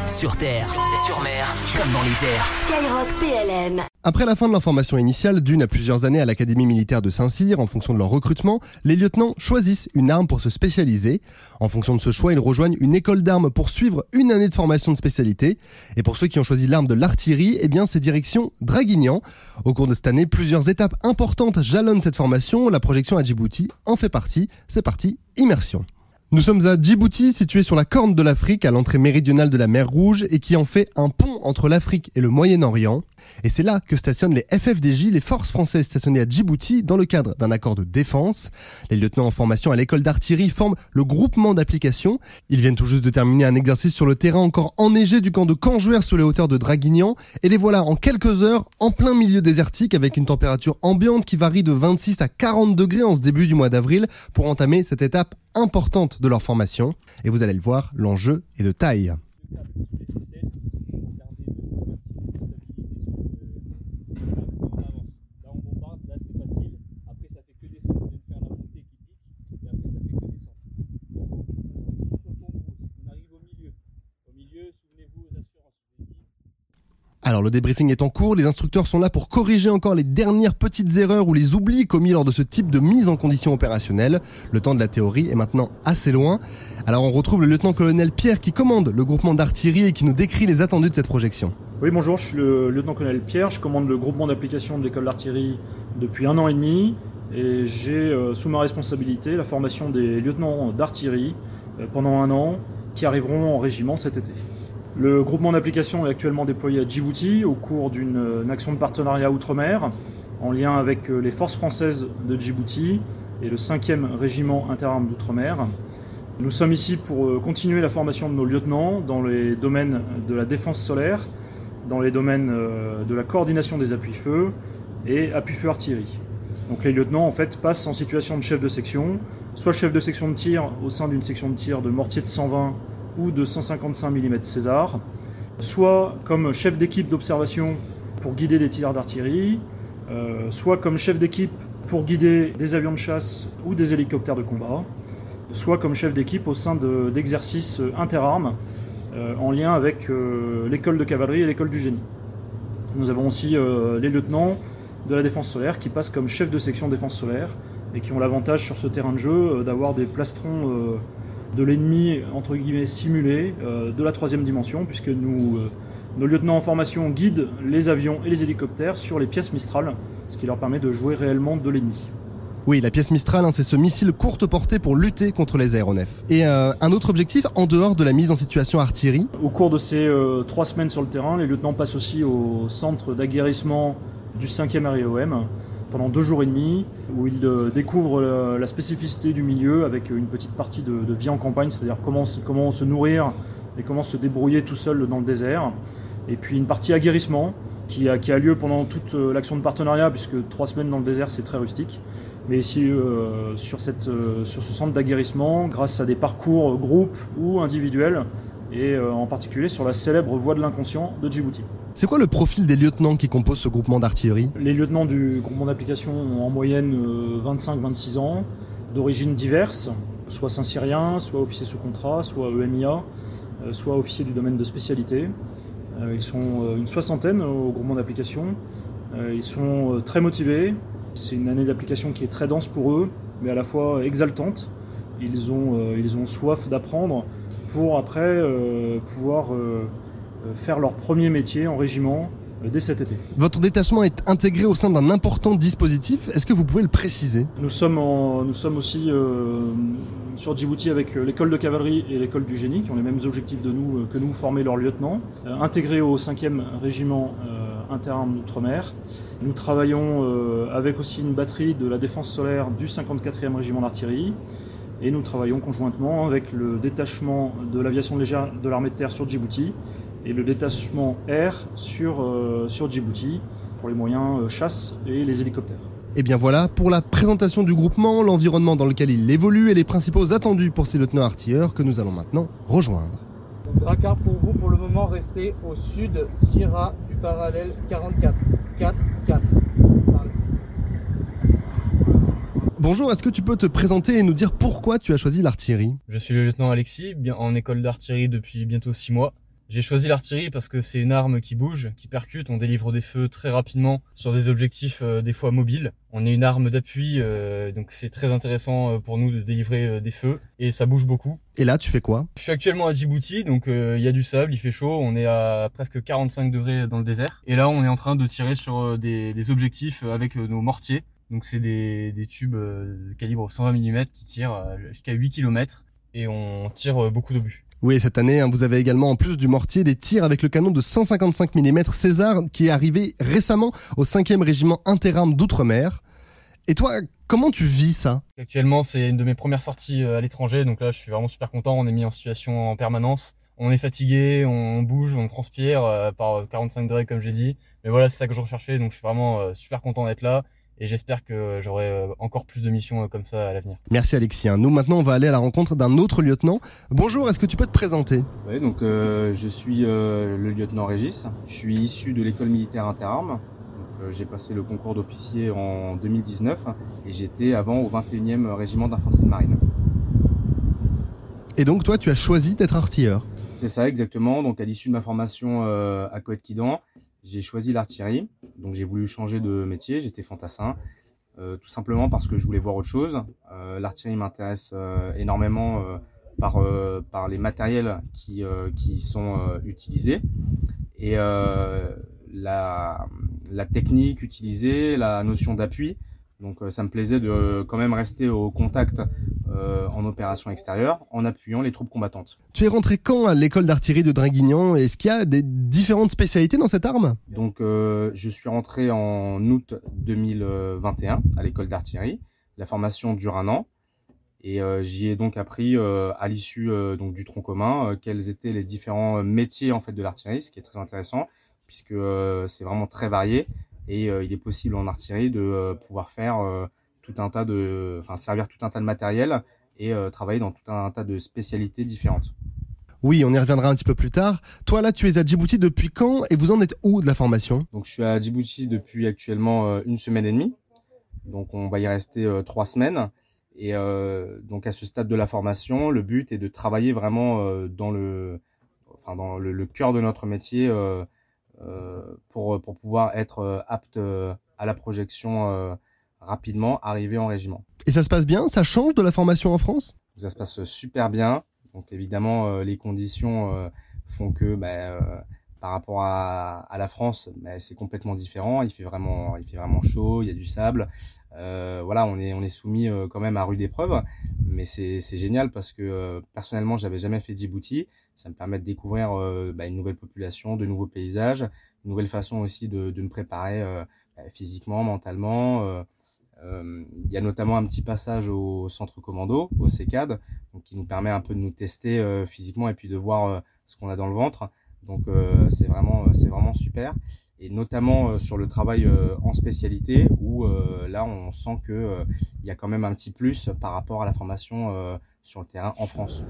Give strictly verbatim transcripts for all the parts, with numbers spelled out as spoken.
Sur terre, sur, terre, sur mer, comme dans les airs. Skyrock P L M. Après la fin de leur formation initiale, d'une à plusieurs années à l'Académie militaire de Saint-Cyr, en fonction de leur recrutement, les lieutenants choisissent une arme pour se spécialiser. En fonction de ce choix, ils rejoignent une école d'armes pour suivre une année de formation de spécialité. Et pour ceux qui ont choisi l'arme de l'artillerie, eh bien, c'est direction Draguignan. Au cours de cette année, plusieurs étapes importantes jalonnent cette formation. La projection à Djibouti en fait partie. C'est parti, immersion. Nous sommes à Djibouti, situé sur la corne de l'Afrique, à l'entrée méridionale de la mer Rouge, et qui en fait un pont entre l'Afrique et le Moyen-Orient. Et c'est là que stationnent les F F D J, les forces françaises stationnées à Djibouti, dans le cadre d'un accord de défense. Les lieutenants en formation à l'école d'artillerie forment le groupement d'application. Ils viennent tout juste de terminer un exercice sur le terrain encore enneigé du camp de Canjouer sous les hauteurs de Draguignan. Et les voilà en quelques heures, en plein milieu désertique, avec une température ambiante qui varie de vingt-six à quarante degrés en ce début du mois d'avril, pour entamer cette étape importante de leur formation. Et vous allez le voir, l'enjeu est de taille. Alors le débriefing est en cours, les instructeurs sont là pour corriger encore les dernières petites erreurs ou les oublis commis lors de ce type de mise en condition opérationnelle. Le temps de la théorie est maintenant assez loin. Alors on retrouve le lieutenant-colonel Pierre qui commande le groupement d'artillerie et qui nous décrit les attendus de cette projection. Oui, bonjour, je suis le lieutenant-colonel Pierre, je commande le groupement d'application de l'école d'artillerie depuis un an et demi et j'ai euh, sous ma responsabilité la formation des lieutenants d'artillerie euh, pendant un an qui arriveront en régiment cet été. Le groupement d'application est actuellement déployé à Djibouti au cours d'une action de partenariat outre-mer en lien avec les forces françaises de Djibouti et le cinquième régiment interarmes d'outre-mer. Nous sommes ici pour continuer la formation de nos lieutenants dans les domaines de la défense solaire, dans les domaines de la coordination des appuis-feu et appui-feu artillerie. Donc les lieutenants en fait passent en situation de chef de section, soit chef de section de tir au sein d'une section de tir de mortier de cent vingt ou de cent cinquante-cinq millimètres César, soit comme chef d'équipe d'observation pour guider des tirs d'artillerie, euh, soit comme chef d'équipe pour guider des avions de chasse ou des hélicoptères de combat, soit comme chef d'équipe au sein de, d'exercices interarmes euh, en lien avec euh, l'école de cavalerie et l'école du génie. Nous avons aussi euh, les lieutenants de la défense solaire qui passent comme chef de section défense solaire et qui ont l'avantage sur ce terrain de jeu euh, d'avoir des plastrons euh, de l'ennemi, entre guillemets, simulé euh, de la troisième dimension, puisque nous, euh, nos lieutenants en formation guident les avions et les hélicoptères sur les pièces Mistral, ce qui leur permet de jouer réellement de l'ennemi. Oui, la pièce Mistral, hein, c'est ce missile courte portée pour lutter contre les aéronefs. Et euh, un autre objectif, en dehors de la mise en situation artillerie. Au cours de ces euh, trois semaines sur le terrain, les lieutenants passent aussi au centre d'aguerrissement du cinquième R I O M, pendant deux jours et demi, où ils euh, découvrent la, la spécificité du milieu avec une petite partie de, de vie en campagne, c'est-à-dire comment, comment se nourrir et comment se débrouiller tout seul dans le désert. Et puis une partie aguerrissement qui a, qui a lieu pendant toute euh, l'action de partenariat, puisque trois semaines dans le désert c'est très rustique. Mais ici, euh, sur, cette, euh, sur ce centre d'aguerrissement, grâce à des parcours groupes ou individuels, et euh, en particulier sur la célèbre voie de l'inconscient de Djibouti. C'est quoi le profil des lieutenants qui composent ce groupement d'artillerie ? Les lieutenants du groupement d'application ont en moyenne vingt-cinq à vingt-six ans, d'origines diverses, soit Saint-Cyrien, soit officiers sous contrat, soit E M I A, soit officiers du domaine de spécialité. Ils sont une soixantaine au groupement d'application. Ils sont très motivés. C'est une année d'application qui est très dense pour eux, mais à la fois exaltante. Ils ont, ils ont soif d'apprendre pour après euh, pouvoir euh, faire leur premier métier en régiment euh, dès cet été. Votre détachement est intégré au sein d'un important dispositif, est-ce que vous pouvez le préciser ? Nous sommes, en, nous sommes aussi euh, sur Djibouti avec l'école de cavalerie et l'école du génie, qui ont les mêmes objectifs de nous, euh, que nous, former leurs lieutenants, euh, intégrés au cinquième régiment euh, interarmes d'outre-mer. Nous travaillons euh, avec aussi une batterie de la défense solaire du cinquante-quatrième régiment d'artillerie, et nous travaillons conjointement avec le détachement de l'aviation légère de l'armée de terre sur Djibouti et le détachement air sur, euh, sur Djibouti pour les moyens euh, chasse et les hélicoptères. Et bien voilà, pour la présentation du groupement, l'environnement dans lequel il évolue et les principaux attendus pour ces lieutenants artilleurs que nous allons maintenant rejoindre. Drakkar pour vous, pour le moment, restez au sud, Sierra du parallèle quarante-quatre. quatre, quatre. Bonjour, est-ce que tu peux te présenter et nous dire pourquoi tu as choisi l'artillerie ? Je suis le lieutenant Alexis, bien en école d'artillerie depuis bientôt six mois. J'ai choisi l'artillerie parce que c'est une arme qui bouge, qui percute, on délivre des feux très rapidement sur des objectifs euh, des fois mobiles. On est une arme d'appui, euh, donc c'est très intéressant pour nous de délivrer euh, des feux et ça bouge beaucoup. Et là, tu fais quoi? Je suis actuellement à Djibouti, donc il euh, y a du sable, il fait chaud, on est à presque quarante-cinq degrés dans le désert. Et là, on est en train de tirer sur euh, des, des objectifs avec euh, nos mortiers. Donc c'est des, des tubes euh, de calibre cent vingt millimètres qui tirent euh, jusqu'à huit kilomètres et on tire euh, beaucoup d'obus. Oui, cette année, hein, vous avez également, en plus du mortier, des tirs avec le canon de cent cinquante-cinq millimètres César qui est arrivé récemment au cinquième régiment interarmes d'Outre-mer. Et toi, comment tu vis ça? Actuellement, c'est une de mes premières sorties à l'étranger, donc là, je suis vraiment super content. On est mis en situation en permanence. On est fatigué, on bouge, on transpire euh, par quarante-cinq degrés, comme j'ai dit. Mais voilà, c'est ça que je recherchais, donc je suis vraiment euh, super content d'être là. Et j'espère que j'aurai encore plus de missions comme ça à l'avenir. Merci Alexis. Nous maintenant on va aller à la rencontre d'un autre lieutenant. Bonjour, est-ce que tu peux te présenter? Oui, donc euh, je suis euh, le lieutenant Régis. Je suis issu de l'école militaire interarmes. Euh, j'ai passé le concours d'officier en deux mille dix-neuf et j'étais avant au vingt et unième régiment d'infanterie de marine. Et donc toi tu as choisi d'être artilleur? C'est ça exactement. Donc à l'issue de ma formation euh, à Coët-Quidan, j'ai choisi l'artillerie, donc j'ai voulu changer de métier, j'étais fantassin, euh, tout simplement parce que je voulais voir autre chose. Euh, l'artillerie m'intéresse euh, énormément euh, par, euh, par les matériels qui, euh, qui sont euh, utilisés et euh, la, la technique utilisée, la notion d'appui. Donc euh, ça me plaisait de euh, quand même rester au contact euh, en opération extérieure en appuyant les troupes combattantes. Tu es rentré quand à l'école d'artillerie de Draguignan? Est-ce qu'il y a des différentes spécialités dans cette arme? Donc euh, je suis rentré en août deux mille vingt et un à l'école d'artillerie. La formation dure un an et euh, j'y ai donc appris euh, à l'issue euh, donc du tronc commun euh, quels étaient les différents métiers en fait de l'artillerie, ce qui est très intéressant puisque euh, c'est vraiment très varié. Et euh, il est possible en artillerie de euh, pouvoir faire euh, tout un tas de, enfin servir tout un tas de matériel et euh, travailler dans tout un tas de spécialités différentes. Oui, on y reviendra un petit peu plus tard. Toi là, tu es à Djibouti depuis quand et vous en êtes où de la formation? Donc je suis à Djibouti depuis actuellement euh, une semaine et demie. Donc on va y rester euh, trois semaines. Et euh, donc à ce stade de la formation, le but est de travailler vraiment euh, dans le, enfin dans le, le cœur de notre métier. Euh, Euh, pour, pour pouvoir être euh, apte euh, à la projection euh, rapidement, arriver en régiment. Et ça se passe bien? Ça change de la formation en France? Ça se passe super bien. Donc évidemment, euh, les conditions euh, font que bah, euh, par rapport à, à la France, bah, c'est complètement différent. Il fait vraiment, il fait vraiment chaud, il y a du sable. Euh, voilà, on est, on est soumis euh, quand même à rude épreuve. Mais c'est, c'est génial parce que euh, personnellement, j'avais jamais fait Djibouti. Ça me permet de découvrir euh, bah, une nouvelle population, de nouveaux paysages, une nouvelle façon aussi de, de me préparer euh, bah, physiquement, mentalement. Euh, euh, il y a notamment un petit passage au centre commando, au C C A D, donc qui nous permet un peu de nous tester euh, physiquement et puis de voir euh, ce qu'on a dans le ventre. Donc euh, c'est vraiment, c'est vraiment super. Et notamment euh, sur le travail euh, en spécialité où euh, là on sent que euh, il y a quand même un petit plus par rapport à la formation euh, sur le terrain en France.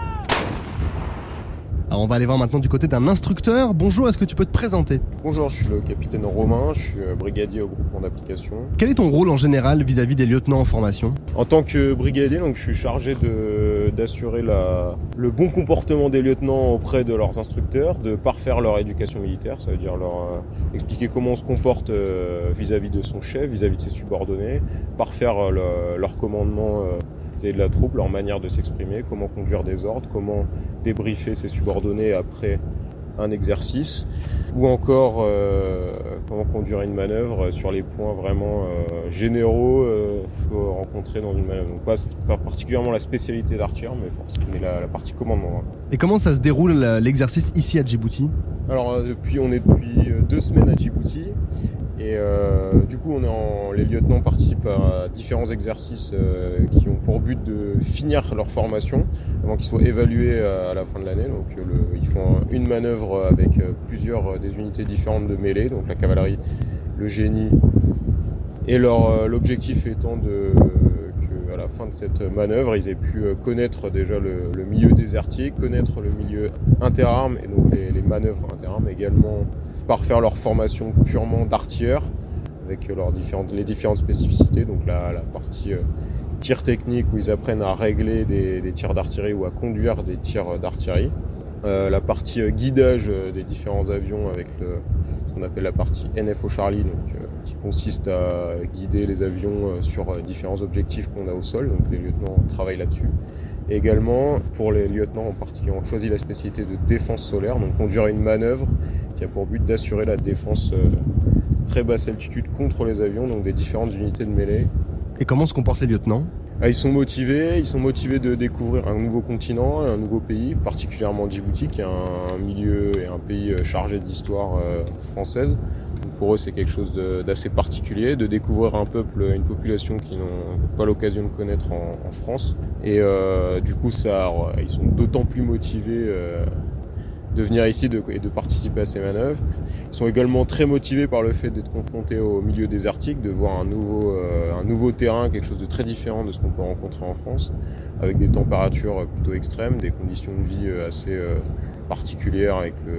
Alors on va aller voir maintenant du côté d'un instructeur. Bonjour, est-ce que tu peux te présenter? Bonjour, je suis le capitaine Romain, je suis brigadier au groupement d'application. Quel est ton rôle en général vis-à-vis des lieutenants en formation? En tant que brigadier, donc, je suis chargé de, d'assurer la, le bon comportement des lieutenants auprès de leurs instructeurs, de parfaire leur éducation militaire, ça veut dire leur euh, expliquer comment on se comporte euh, vis-à-vis de son chef, vis-à-vis de ses subordonnés, parfaire euh, le, leur commandement euh, vis-à-vis de la troupe, leur manière de s'exprimer, comment conduire des ordres, comment débriefer ses subordonnés après un exercice, ou encore euh, comment conduire une manœuvre sur les points vraiment euh, généraux euh, qu'on peut rencontrer dans une manœuvre. Donc pas, pas particulièrement la spécialité d'artilleur, mais, mais la, la partie commandement. Hein. Et comment ça se déroule l'exercice ici à Djibouti? Alors euh, depuis, on est depuis deux semaines à Djibouti. Et euh, du coup, on est en, les lieutenants participent à différents exercices euh, qui ont pour but de finir leur formation avant qu'ils soient évalués à, à la fin de l'année. Donc, le, ils font une manœuvre avec plusieurs euh, des unités différentes de mêlée, donc la cavalerie, le génie. Et leur, euh, l'objectif étant de, que, à la fin de cette manœuvre, ils aient pu connaître déjà le, le milieu désertique, connaître le milieu interarmes et donc les, les manœuvres interarmes également. Parfaire leur formation purement d'artilleur avec leurs différentes, les différentes spécificités, donc la, la partie euh, tir technique où ils apprennent à régler des, des tirs d'artillerie ou à conduire des tirs d'artillerie, euh, la partie euh, guidage euh, des différents avions avec le, ce qu'on appelle la partie N F O Charlie, donc, euh, qui consiste à guider les avions euh, sur euh, différents objectifs qu'on a au sol, donc les lieutenants travaillent là-dessus. Et également, pour les lieutenants en particulier, on choisit la spécialité de défense solaire, donc conduire une manœuvre qui a pour but d'assurer la défense euh, très basse altitude contre les avions, donc des différentes unités de mêlée. Et comment se comportent les lieutenants ? Ah, ils sont motivés, ils sont motivés de découvrir un nouveau continent, un nouveau pays, particulièrement Djibouti, qui est un milieu et un pays chargé d'histoire euh, française. Donc pour eux, c'est quelque chose de, d'assez particulier, de découvrir un peuple, une population qu'ils n'ont pas l'occasion de connaître en, en France. Et euh, du coup, ça, ils sont d'autant plus motivés euh, de venir ici de, et de participer à ces manœuvres. Ils sont également très motivés par le fait d'être confrontés au milieu désertique, de voir un nouveau, euh, un nouveau terrain, quelque chose de très différent de ce qu'on peut rencontrer en France, avec des températures plutôt extrêmes, des conditions de vie assez euh, particulières avec le,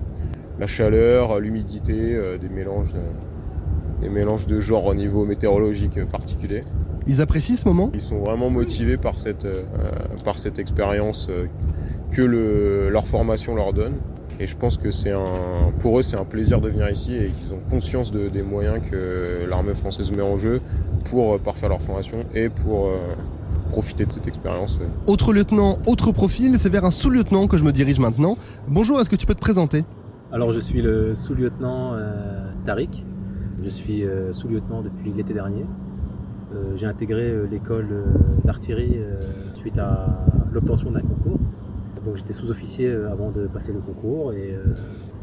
la chaleur, l'humidité, euh, des mélanges, euh, des mélanges de genres au niveau météorologique particulier. Ils apprécient ce moment ? Ils sont vraiment motivés par cette, euh, par cette expérience euh, que le, leur formation leur donne. Et je pense que c'est un, pour eux, c'est un plaisir de venir ici et qu'ils ont conscience de, des moyens que l'armée française met en jeu pour parfaire leur formation et pour euh, profiter de cette expérience. Autre lieutenant, autre profil, c'est vers un sous-lieutenant que je me dirige maintenant. Bonjour, est-ce que tu peux te présenter ? Alors je suis le sous-lieutenant euh, Tariq. Je suis euh, sous-lieutenant depuis l'été dernier. Euh, j'ai intégré euh, l'école euh, d'artillerie euh, suite à l'obtention d'un concours. Donc j'étais sous-officier euh, avant de passer le concours et, euh,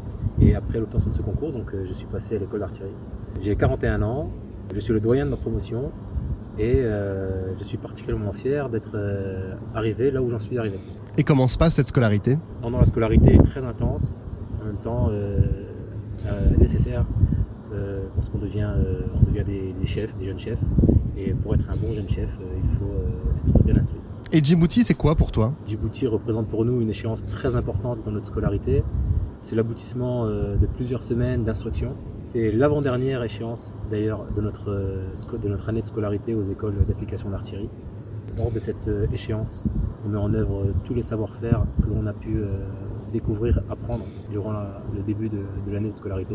et après l'obtention de ce concours, donc euh, je suis passé à l'école d'artillerie. J'ai quarante et un ans, je suis le doyen de ma promotion et euh, je suis particulièrement fier d'être euh, arrivé là où j'en suis arrivé. Et comment se passe cette scolarité ? Pendant la scolarité est très intense, en même temps euh, euh, nécessaire euh, parce qu'on devient, euh, on devient des, des chefs, des jeunes chefs. Et pour être un bon jeune chef, euh, il faut euh, être bien instruit. Et Djibouti, c'est quoi pour toi ? Djibouti représente pour nous une échéance très importante dans notre scolarité. C'est l'aboutissement euh, de plusieurs semaines d'instruction. C'est l'avant-dernière échéance d'ailleurs de notre, euh, de notre année de scolarité aux écoles d'application d'artillerie. Lors de cette euh, échéance, on met en œuvre euh, tous les savoir-faire que l'on a pu euh, découvrir, apprendre durant la, le début de, de l'année de scolarité.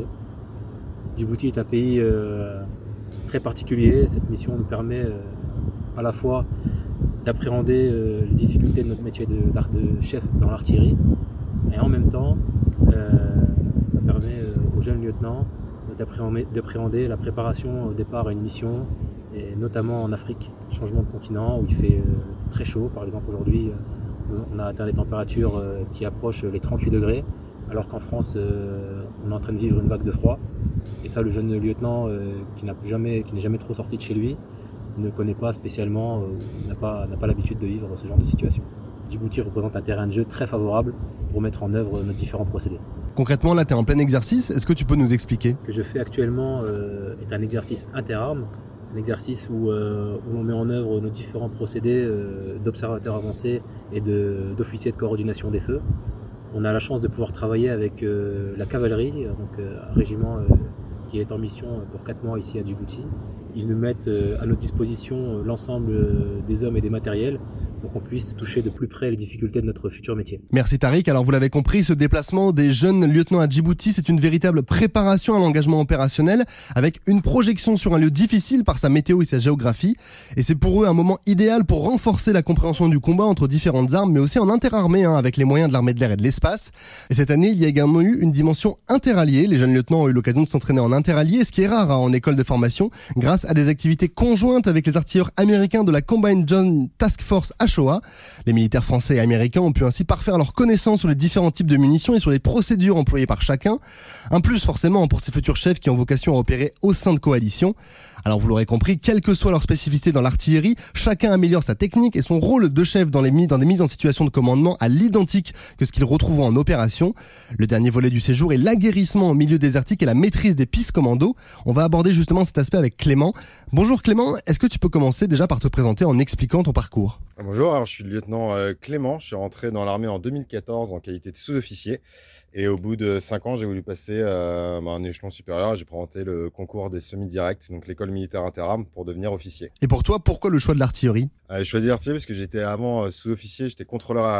Djibouti est un pays euh, très particulier. Cette mission nous permet euh, à la fois d'appréhender euh, les difficultés de notre métier de, de chef dans l'artillerie et en même temps euh, ça permet euh, aux jeunes lieutenants d'appréhender, d'appréhender la préparation au départ à une mission et notamment en Afrique, changement de continent où il fait euh, très chaud. Par exemple aujourd'hui euh, on a atteint des températures euh, qui approchent les trente-huit degrés alors qu'en France euh, on est en train de vivre une vague de froid et ça le jeune lieutenant euh, qui n'a jamais, qui n'est jamais trop sorti de chez lui ne connaît pas spécialement, euh, n'a pas, n'a pas l'habitude de vivre ce genre de situation. Djibouti représente un terrain de jeu très favorable pour mettre en œuvre nos différents procédés. Concrètement, là, tu es en plein exercice. Est-ce que tu peux nous expliquer ? Ce que je fais actuellement euh, est un exercice interarmes, un exercice où, euh, où l'on met en œuvre nos différents procédés euh, d'observateurs avancés et de, d'officiers de coordination des feux. On a la chance de pouvoir travailler avec euh, la cavalerie, donc euh, un régiment euh, qui est en mission pour quatre mois ici à Djibouti. Ils nous mettent à notre disposition l'ensemble des hommes et des matériels pour qu'on puisse toucher de plus près les difficultés de notre futur métier. Merci Tariq. Alors vous l'avez compris, ce déplacement des jeunes lieutenants à Djibouti, c'est une véritable préparation à l'engagement opérationnel avec une projection sur un lieu difficile par sa météo et sa géographie. Et c'est pour eux un moment idéal pour renforcer la compréhension du combat entre différentes armes, mais aussi en interarmée hein, avec les moyens de l'armée de l'air et de l'espace. Et cette année, il y a également eu une dimension interalliée. Les jeunes lieutenants ont eu l'occasion de s'entraîner en interallié, ce qui est rare hein, en école de formation, grâce à des activités conjointes avec les artilleurs américains de la Combined Joint Task Force H O A. Les militaires français et américains ont pu ainsi parfaire leurs connaissances sur les différents types de munitions et sur les procédures employées par chacun. Un plus forcément pour ces futurs chefs qui ont vocation à opérer au sein de coalitions. Alors vous l'aurez compris, quelle que soit leur spécificité dans l'artillerie, chacun améliore sa technique et son rôle de chef dans, les mis, dans des mises en situation de commandement à l'identique que ce qu'ils retrouveront en opération. Le dernier volet du séjour est l'aguerrissement au milieu désertique et la maîtrise des pistes commando. On va aborder justement cet aspect avec Clément. Bonjour Clément, est-ce que tu peux commencer déjà par te présenter en expliquant ton parcours ? Bonjour, alors je suis le lieutenant euh, Clément, je suis rentré dans l'armée en deux mille quatorze en qualité de sous-officier et au bout de cinq ans j'ai voulu passer euh, bah, un échelon supérieur et j'ai présenté le concours des semi-directs, donc l'école militaire interarmes pour devenir officier. Et pour toi, pourquoi le choix de l'artillerie ? euh, J'ai choisi l'artillerie parce que j'étais avant euh, sous-officier, j'étais contrôleur aérien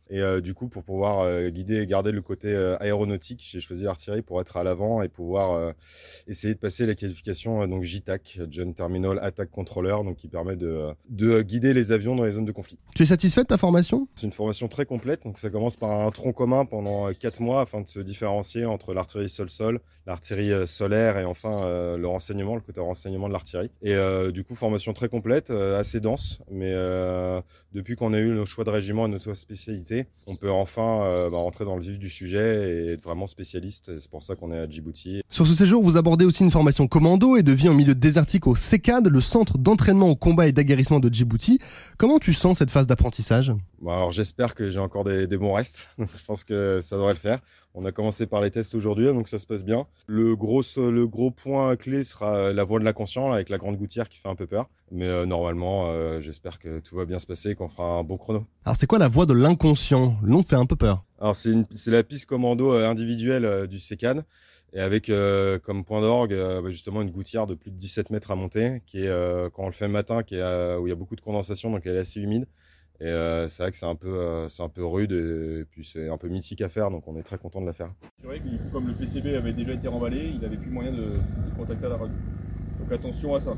Et euh, du coup, pour pouvoir euh, guider et garder le côté euh, aéronautique, j'ai choisi l'artillerie pour être à l'avant et pouvoir euh, essayer de passer la qualification euh, donc J TAC, Joint Terminal Attack Controller, donc qui permet de, de guider les avions dans les zones de conflit. Tu es satisfait de ta formation ? C'est une formation très complète, donc ça commence par un tronc commun pendant quatre mois afin de se différencier entre l'artillerie sol-sol, l'artillerie solaire et enfin euh, le renseignement, le côté renseignement de l'artillerie. Et euh, du coup, formation très complète, euh, assez dense, mais euh, depuis qu'on a eu nos choix de régiment et notre spécialité, on peut enfin euh, bah, rentrer dans le vif du sujet et être vraiment spécialiste. C'est pour ça qu'on est à Djibouti. Sur ce séjour, vous abordez aussi une formation commando et de vie en milieu désertique au C E C A D, le centre d'entraînement au combat et d'aguerrissement de Djibouti. Comment tu sens cette phase d'apprentissage ? Bon, alors j'espère que j'ai encore des, des bons restes. Je pense que ça devrait le faire. On a commencé par les tests aujourd'hui, donc ça se passe bien. Le gros, le gros point clé sera la voie de l'inconscient, là, avec la grande gouttière qui fait un peu peur. Mais euh, normalement, euh, j'espère que tout va bien se passer et qu'on fera un bon chrono. Alors c'est quoi la voie de l'inconscient ? Le nom te fait un peu peur. Alors c'est, une, c'est la piste commando individuelle euh, du C E C A D. Et avec euh, comme point d'orgue euh, bah, justement une gouttière de plus de dix-sept mètres à monter, qui est euh, quand on le fait le matin, qui est, euh, où il y a beaucoup de condensation, donc elle est assez humide. Et euh, c'est vrai que c'est un peu, euh, c'est un peu rude et, et puis c'est un peu mythique à faire, donc on est très content de la faire. C'est vrai que comme le P C B avait déjà été remballé, il n'avait plus moyen de, de contacter à la radio. Donc attention à ça.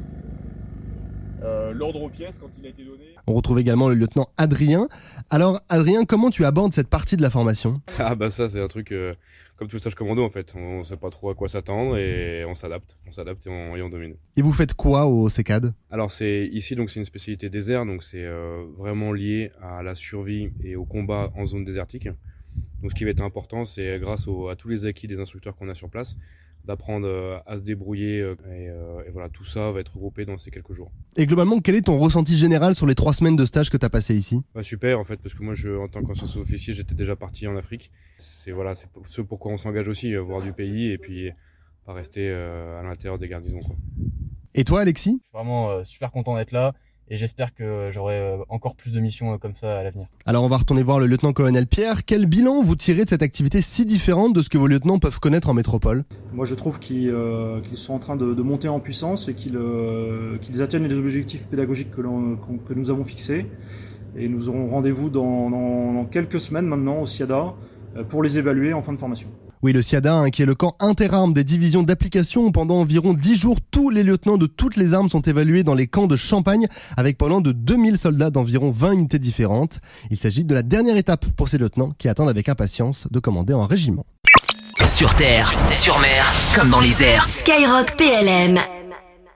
Euh, l'ordre aux pièces, quand il a été donné... On retrouve également le lieutenant Adrien. Alors Adrien, comment tu abordes cette partie de la formation ? Ah bah ça c'est un truc euh, comme tout stage commando en fait. On ne sait pas trop à quoi s'attendre et on s'adapte. On s'adapte et on, et on domine. Et vous faites quoi au C E C A D ? Alors c'est ici donc c'est une spécialité désert, donc c'est euh, vraiment lié à la survie et au combat en zone désertique. Donc ce qui va être important, c'est grâce au, à tous les acquis des instructeurs qu'on a sur place, d'apprendre euh, à se débrouiller euh, et, euh, et voilà, tout ça va être regroupé dans ces quelques jours. Et globalement, quel est ton ressenti général sur les trois semaines de stage que tu as passé ici ? Bah super en fait, parce que moi je, en tant qu'ancien sous-officier, j'étais déjà parti en Afrique. C'est voilà, c'est pour, ce pourquoi on s'engage aussi, euh, voir du pays et puis pas rester euh, à l'intérieur des garnisons, quoi. Et toi Alexis ? Je suis vraiment euh, super content d'être là. Et j'espère que j'aurai encore plus de missions comme ça à l'avenir. Alors on va retourner voir le lieutenant-colonel Pierre. Quel bilan vous tirez de cette activité si différente de ce que vos lieutenants peuvent connaître en métropole ? Moi je trouve qu'ils, euh, qu'ils sont en train de, de monter en puissance et qu'ils, euh, qu'ils atteignent les objectifs pédagogiques que, l'on, que nous avons fixés. Et nous aurons rendez-vous dans, dans, dans quelques semaines maintenant au C I A D A pour les évaluer en fin de formation. Oui, le C I A D A, hein, qui est le camp interarmes des divisions d'application. Pendant environ dix jours, tous les lieutenants de toutes les armes sont évalués dans les camps de Champagne, avec pas loin de deux mille soldats d'environ vingt unités différentes. Il s'agit de la dernière étape pour ces lieutenants qui attendent avec impatience de commander en régiment. Sur terre, sur mer, comme dans les airs. Skyrock P L M.